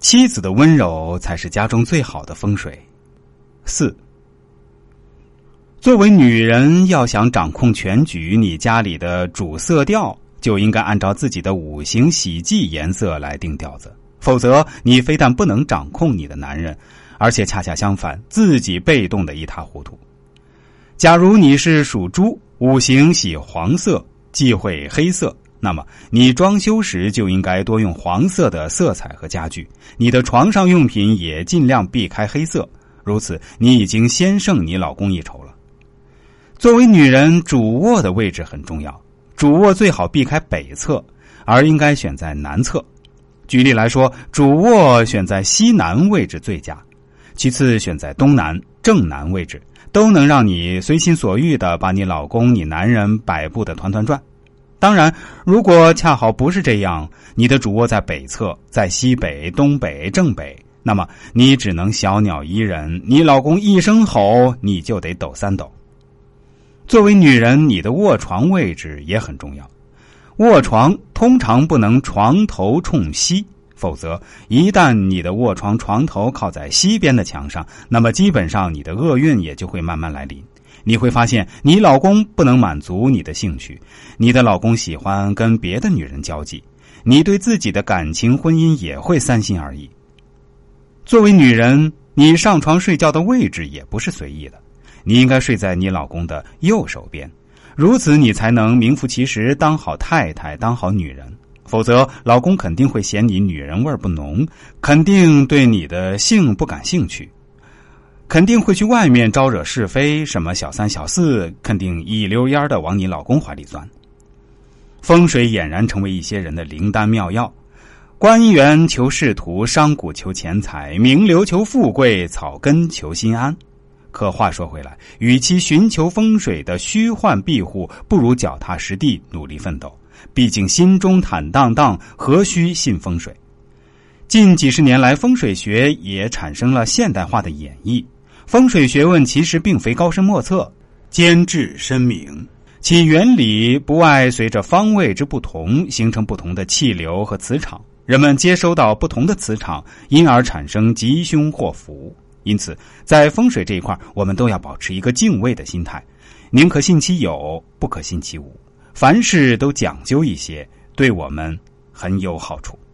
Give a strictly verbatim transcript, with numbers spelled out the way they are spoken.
妻子的温柔才是家中最好的风水。四，作为女人，要想掌控全局，你家里的主色调就应该按照自己的五行喜忌颜色来定调子，否则你非但不能掌控你的男人，而且恰恰相反，自己被动的一塌糊涂。假如你是属猪，五行喜黄色，忌讳黑色，那么你装修时就应该多用黄色的色彩和家具，你的床上用品也尽量避开黑色，如此你已经先胜你老公一筹了。作为女人，主卧的位置很重要，主卧最好避开北侧，而应该选在南侧。举例来说，主卧选在西南位置最佳，其次选在东南、正南位置，都能让你随心所欲地把你老公、你男人摆布得团团转。当然，如果恰好不是这样，你的主卧在北侧，在西北、东北、正北，那么你只能小鸟依人，你老公一声吼，你就得抖三抖。作为女人，你的卧床位置也很重要。卧床通常不能床头冲西，否则一旦你的卧床床头靠在西边的墙上，那么基本上你的厄运也就会慢慢来临。你会发现你老公不能满足你的兴趣，你的老公喜欢跟别的女人交际，你对自己的感情婚姻也会三心二意。作为女人，你上床睡觉的位置也不是随意的，你应该睡在你老公的右手边，如此你才能名副其实当好太太，当好女人。否则老公肯定会嫌你女人味不浓，肯定对你的性不感兴趣，肯定会去外面招惹是非，什么小三小四，肯定一溜烟的往你老公怀里钻。风水俨然成为一些人的灵丹妙药，官姻缘求仕途，商贾求钱财，名流求富贵，草根求心安。可话说回来，与其寻求风水的虚幻庇护，不如脚踏实地努力奋斗，毕竟心中坦荡荡，何须信风水。近几十年来，风水学也产生了现代化的演绎。风水学问其实并非高深莫测，兼至深明，其原理不外随着方位之不同，形成不同的气流和磁场，人们接收到不同的磁场，因而产生吉凶祸福。因此在风水这一块，我们都要保持一个敬畏的心态，宁可信其有，不可信其无，凡事都讲究一些，对我们很有好处。